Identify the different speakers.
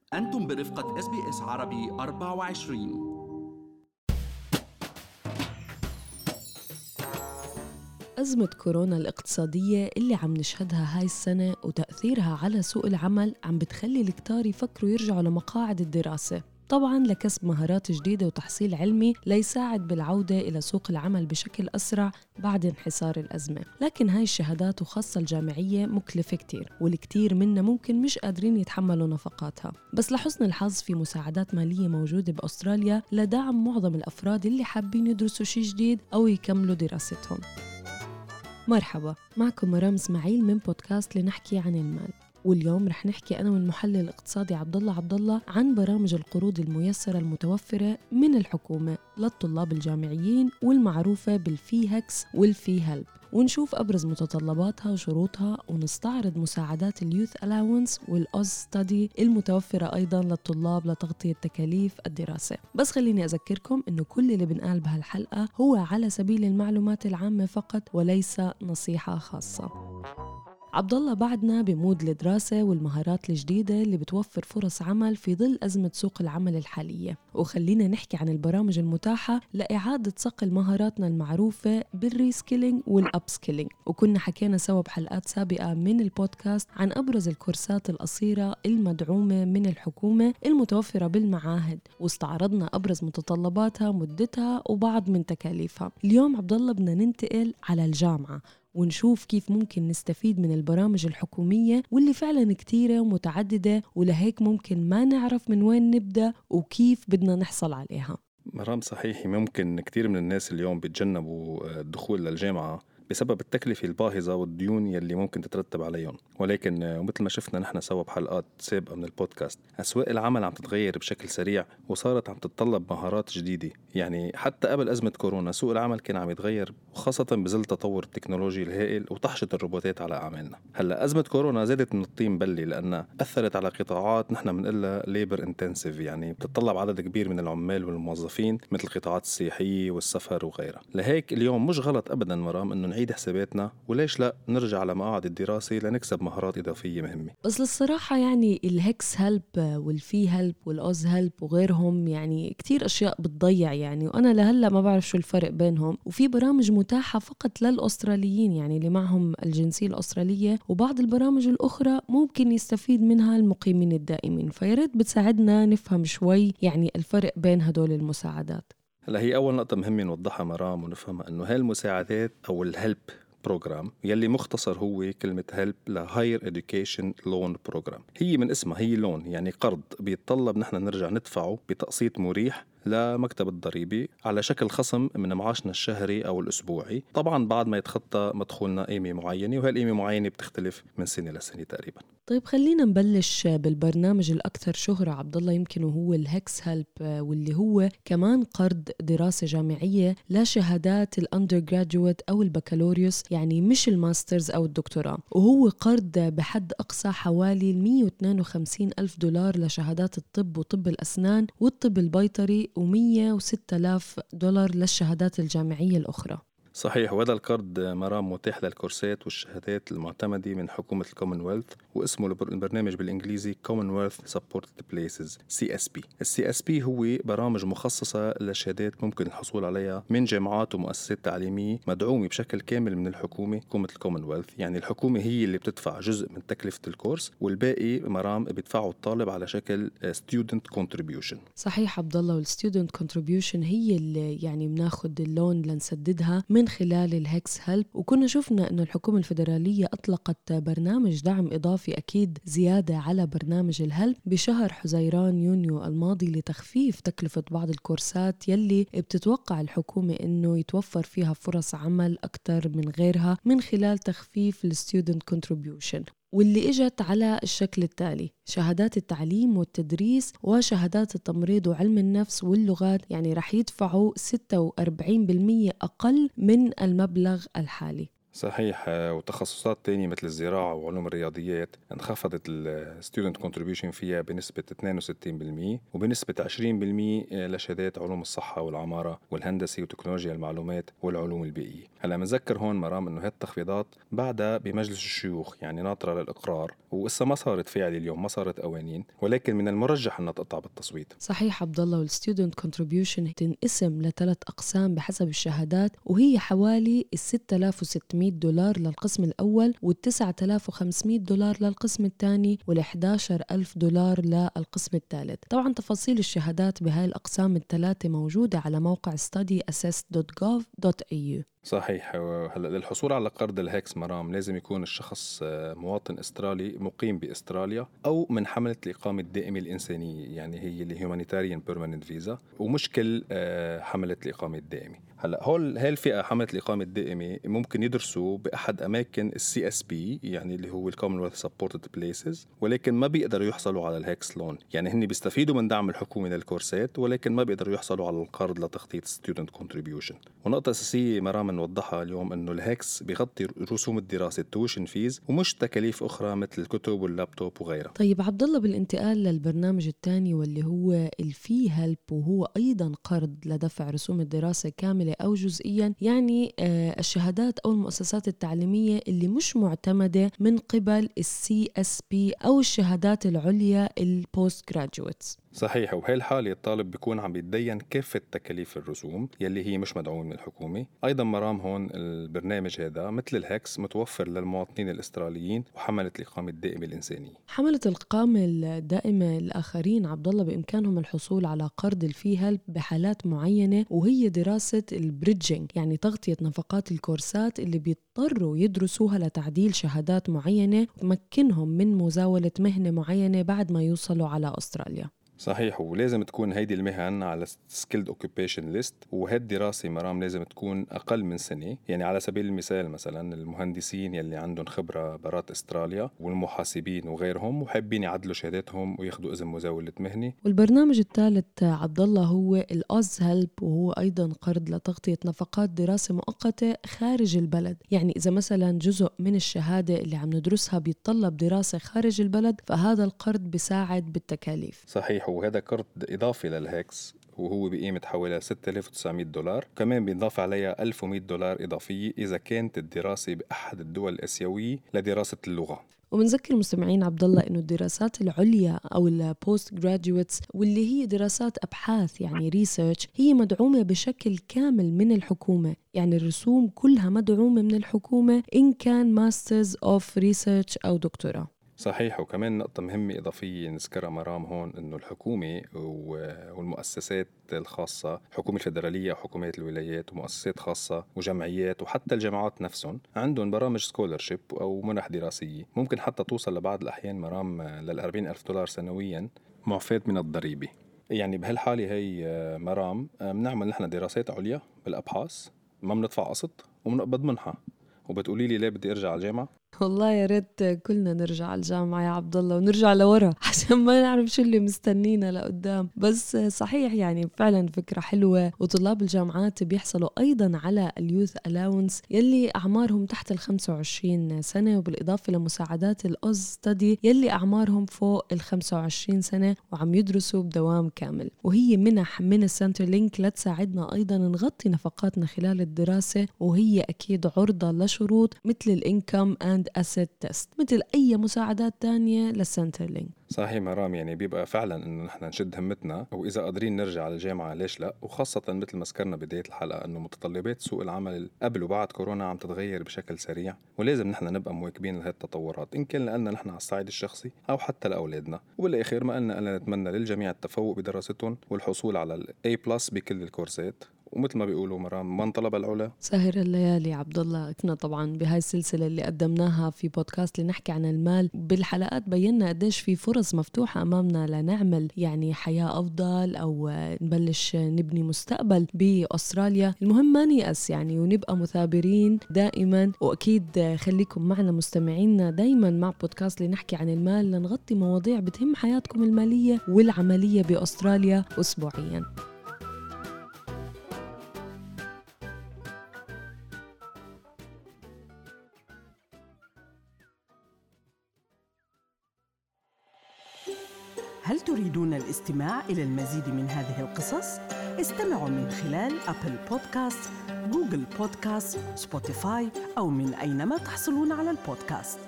Speaker 1: أنتم برفقة SBS عربي 24.
Speaker 2: أزمة كورونا الاقتصادية اللي عم نشهدها هاي السنة وتأثيرها على سوق العمل عم بتخلي الكتار يفكروا يرجعوا لمقاعد الدراسة، طبعاً لكسب مهارات جديدة وتحصيل علمي ليساعد بالعودة إلى سوق العمل بشكل أسرع بعد انحسار الأزمة. لكن هاي الشهادات وخاصة الجامعية مكلفة كتير، والكتير منا ممكن مش قادرين يتحملوا نفقاتها. بس لحسن الحظ في مساعدات مالية موجودة بأستراليا لدعم معظم الأفراد اللي حابين يدرسوا شي جديد أو يكملوا دراستهم. مرحبا، معكم مرام اسماعيل من بودكاست لنحكي عن المال. واليوم رح نحكي أنا والمحلل الاقتصادي عبد الله عن برامج القروض الميسرة المتوفرة من الحكومة للطلاب الجامعيين والمعروفة بالفي هكس والفي هلب، ونشوف أبرز متطلباتها وشروطها، ونستعرض مساعدات اليوث ألاونس والأوز ستادي المتوفرة أيضاً للطلاب لتغطية تكاليف الدراسة. بس خليني أذكركم إنه كل اللي بنقال بهالحلقة هو على سبيل المعلومات العامة فقط وليس نصيحة خاصة. عبد الله بعدنا بمود الدراسة والمهارات الجديدة اللي بتوفر فرص عمل في ظل أزمة سوق العمل الحالية، وخلينا نحكي عن البرامج المتاحة لإعادة صقل مهاراتنا المعروفة بالريسكيلينج والأبسكيلينج. وكنا حكينا سوا بحلقات سابقة من البودكاست عن أبرز الكورسات القصيرة المدعومة من الحكومة المتوفرة بالمعاهد، واستعرضنا أبرز متطلباتها، مدتها، وبعض من تكاليفها. اليوم عبد الله بدنا ننتقل على الجامعة ونشوف كيف ممكن نستفيد من البرامج الحكومية واللي فعلا كتيرة ومتعددة، ولهيك ممكن ما نعرف من وين نبدأ وكيف بدنا نحصل عليها.
Speaker 3: مرام، صحيح، ممكن كتير من الناس اليوم بيتجنبوا الدخول للجامعة بسبب التكلفة الباهظة والديون يلي ممكن تترتب عليهم. ولكن مثل ما شفنا نحن سوا بحلقات سابقة من البودكاست، أسواق العمل عم تتغير بشكل سريع وصارت عم تتطلب مهارات جديدة. يعني حتى قبل أزمة كورونا سوق العمل كان عم يتغير، وخاصة بظل تطور التكنولوجي الهائل وطحشة الروبوتات على أعمالنا. هلأ أزمة كورونا زادت من الطين بلي، لأنها أثرت على قطاعات نحن بنقلها ليبر انتنسيف، يعني بتتطلب عدد كبير من العمال والموظفين، مثل القطاعات السياحية والسفر وغيرها. لهيك اليوم مش غلط أبدا مرام إنه نعيد حساباتنا، وليش لا نرجع لمقاعد الدراسة لنكسب مهارات إضافية مهمة.
Speaker 2: بس للصراحة يعني الهكس هلب والفي هلب والأوز هلب وغيرهم يعني كتير أشياء بتضيع يعني، وأنا لهلأ ما بعرف شو الفرق بينهم. وفي برامج متاحة فقط للأستراليين يعني اللي معهم الجنسية الأسترالية، وبعض البرامج الأخرى ممكن يستفيد منها المقيمين الدائمين. فياريت بتساعدنا نفهم شوي يعني الفرق بين هدول المساعدات.
Speaker 3: هلا هي أول نقطة مهمة نوضحها مرام ونفهمها، إنه هاي المساعدات أو الهلب بروجرام يلي مختصر هو كلمة هلب لهاير إديوكيشن لون بروجرام. هي من اسمها، هي لون يعني قرض بيتطلب نحن نرجع ندفعه بتقسيط مريح لمكتب الضريبة على شكل خصم من معاشنا الشهري أو الأسبوعي، طبعا بعد ما يتخطى مدخولنا قيمة معينة، وهالقيمة معينة بتختلف من سنة لسنة تقريبا.
Speaker 2: طيب خلينا نبلش بالبرنامج الأكثر شهرة عبد الله، يمكن وهو الهكس هلب، واللي هو كمان قرض دراسة جامعية لشهادات الأندر جراديويت أو البكالوريوس، يعني مش الماسترز أو الدكتوراه. وهو قرض بحد أقصى حوالي 152 ألف دولار لشهادات الطب وطب الأسنان والطب البيطري، $106,000 للشهادات الجامعية الأخرى.
Speaker 3: صحيح، وهذا القرض مرام متاح للكورسات والشهادات المعتمدة من حكومة الكومنولث، واسمه البرنامج بالإنجليزي Commonwealth Supported Places CSP. CSP هو برامج مخصصة للشهادات ممكن الحصول عليها من جامعات ومؤسسات تعليمية مدعومة بشكل كامل من الحكومة، حكومة الكومنولث. يعني الحكومة هي اللي بتدفع جزء من تكلفة الكورس، والباقي مرام بيدفعه الطالب على شكل Student Contribution.
Speaker 2: صحيح عبد الله، والستودنت كونتريبيوشن هي اللي يعني بناخد اللون لنسددها من خلال الهكس هلب. وكنا شفنا أن الحكومة الفيدرالية أطلقت برنامج دعم إضافي أكيد زيادة على برنامج الهلب بشهر حزيران يونيو الماضي لتخفيف تكلفة بعض الكورسات يلي بتتوقع الحكومة أنه يتوفر فيها فرص عمل أكثر من غيرها من خلال تخفيف الستودنت كونتريبيوشن، واللي اجت على الشكل التالي: شهادات التعليم والتدريس وشهادات التمريض وعلم النفس واللغات، يعني رح يدفعوا 46% أقل من المبلغ الحالي.
Speaker 3: صحيح. وتخصصات تانية مثل الزراعة وعلوم الرياضيات انخفضت الستودنت كونتريبيوشن فيها بنسبة 62% وبنسبة 20% لشهادات علوم الصحة والعمارة والهندسة وتكنولوجيا المعلومات والعلوم البيئية. هلا منذكر هون مرام انه هاد التخفيضات بعدها بمجلس الشيوخ يعني ناطرة للإقرار، وإسا ما صارت فعلي اليوم، ما صارت قوانين، ولكن من المرجح انها تقطع بالتصويت.
Speaker 2: صحيح عبد الله. والستودنت كونتريبيوشن تنقسم لثلاث أقسام بحسب الشهادات، وهي حوالي $6,600 للقسم الأول $9,500 للقسم الثاني $11,000 للقسم الثالث. طبعا تفاصيل الشهادات بهاي الأقسام الثلاثة موجودة على موقع studyassess.gov.au.
Speaker 3: صحيح. هلا للحصول على قرض الهكس مرام لازم يكون الشخص مواطن استرالي مقيم باستراليا او من حملة الإقامة الدائمة الإنسانية، يعني هي اللي Humanitarian Permanent Visa، ومش كل حملة الإقامة الدائمة. هلا هاي الفئة حملة الإقامة الدائمة ممكن يدرسوا بأحد أماكن CSP يعني اللي هو Commonwealth Supported Places، ولكن ما بيقدروا يحصلوا على الهكس لون، يعني هن بيستفيدوا من دعم الحكومة للكورسات ولكن ما بيقدروا يحصلوا على القرض لتغطية Student Contribution. ونقطة أساسية مرام نوضحها اليوم إنه الهكس بيغطي رسوم الدراسة التويشن فيز ومش تكاليف أخرى مثل الكتب واللابتوب وغيرها.
Speaker 2: طيب عبد الله، بالانتقال للبرنامج الثاني واللي هو الفي هيلب، وهو أيضا قرض لدفع رسوم الدراسة كاملة أو جزئيا، يعني الشهادات أو المؤسسات التعليمية اللي مش معتمدة من قبل CSP أو الشهادات العليا البوست جراجويتس.
Speaker 3: صحيح. وبهي الحالة الطالب بيكون عم بيتدين كافة تكاليف الرسوم يلي هي مش مدعومة من الحكومة. أيضا مرام هون البرنامج هذا مثل الهكس متوفر للمواطنين الأستراليين وحملة الإقامة الدائمة الإنسانية.
Speaker 2: حملة الإقامة الدائمة الآخرين عبد الله بإمكانهم الحصول على قرض الفي هيلب بحالات معينة، وهي دراسة البريدجينج، يعني تغطية نفقات الكورسات اللي بيضطروا يدرسوها لتعديل شهادات معينة وتمكنهم من مزاولة مهنة معينة بعد ما يوصلوا على أستراليا.
Speaker 3: صحيح. ولازم تكون هيدي المهن على Skilled Occupation List، وهي الدراسة مرام لازم تكون أقل من سنة. يعني على سبيل المثال مثلا المهندسين يلي عندهم خبرة برات استراليا والمحاسبين وغيرهم وحابين يعدلوا شهاداتهم وياخدوا إذن مزاولة مهنة.
Speaker 2: والبرنامج الثالث عبد الله هو الأوز هيلب، وهو أيضا قرض لتغطية نفقات دراسة مؤقتة خارج البلد. يعني إذا مثلا جزء من الشهادة اللي عم ندرسها بيتطلب دراسة خارج البلد، فهذا القرض بيساعد بالتكاليف.
Speaker 3: صحيح. وهذا قرض إضافي للهكس وهو بقيمة حوالي $6,900، كمان بينضاف عليها $1,100 إضافية إذا كانت الدراسة بأحد الدول الآسيوية لدراسة اللغة.
Speaker 2: وبنذكر المستمعين عبد الله إنه الدراسات العليا أو البوست جراجويتس واللي هي دراسات أبحاث يعني ريسيرش هي مدعومة بشكل كامل من الحكومة، يعني الرسوم كلها مدعومة من الحكومة إن كان ماسترز أوف ريسيرش أو دكتوراه.
Speaker 3: صحيح. وكمان نقطة مهمة إضافية نذكرها مرام هون إنه الحكومة والمؤسسات الخاصة، حكومة الفدرالية وحكومات الولايات ومؤسسات خاصة وجمعيات وحتى الجامعات نفسهم عندهم برامج سكولرشيب أو منح دراسية ممكن حتى توصل لبعض الأحيان مرام $40,000 سنويا معفاة من الضريبة. يعني بهالحالة هي مرام بنعمل نحن دراسات عليا بالأبحاث، ما بندفع قسط وبنقبض منحة. وبتقولي لي ليه بدي أرجع على الجامعة؟
Speaker 2: والله يا ريت كلنا نرجع على الجامعة يا عبد الله ونرجع لورا عشان ما نعرف شو اللي مستنينا لقدام. بس صحيح يعني فعلا فكرة حلوة. وطلاب الجامعات بيحصلوا أيضا على اليوث ألاونس يلي أعمارهم تحت 25 سنة، وبالإضافة لمساعدات الأوز ستدي يلي أعمارهم فوق 25 سنة وعم يدرسوا بدوام كامل. وهي منح من السنتر لينك لتساعدنا أيضا نغطي نفقاتنا خلال الدراسة، وهي أكيد عرضة لشروط مثل الإنكم أند أسيت تيست مثل أي مساعدات تانية للسنتر لينك.
Speaker 3: صحيح مرام. يعني بيبقى فعلا إنه نحن نشد همتنا، وإذا قادرين نرجع على الجامعة ليش لا. وخاصة مثل ما ذكرنا بداية الحلقة إنه متطلبات سوق العمل قبل وبعد كورونا عم تتغير بشكل سريع، ولازم نحن نبقى مواكبين لهذه التطورات إن كان لنا نحن على الصعيد الشخصي أو حتى لأولادنا. وبالآخر ما قلنا ألا نتمنى للجميع التفوق بدراستهم والحصول على A+ بكل الكورسات. ومثل ما بيقولوا مرام من طلب العلا
Speaker 2: ساهر الليالي. عبد الله كنا طبعا بهاي السلسلة اللي قدمناها في بودكاست لنحكي عن المال بالحلقات بينا قديش في فرص مفتوحة أمامنا لنعمل يعني حياة أفضل أو نبلش نبني مستقبل بأستراليا. المهم ما نيأس يعني ونبقى مثابرين دائما. وأكيد خليكم معنا مستمعينا دايما مع بودكاست لنحكي عن المال لنغطي مواضيع بتهم حياتكم المالية والعملية بأستراليا أسبوعيا.
Speaker 4: هل تريدون الاستماع إلى المزيد من هذه القصص؟ استمعوا من خلال أبل بودكاست، جوجل بودكاست، سبوتيفاي أو من أينما تحصلون على البودكاست.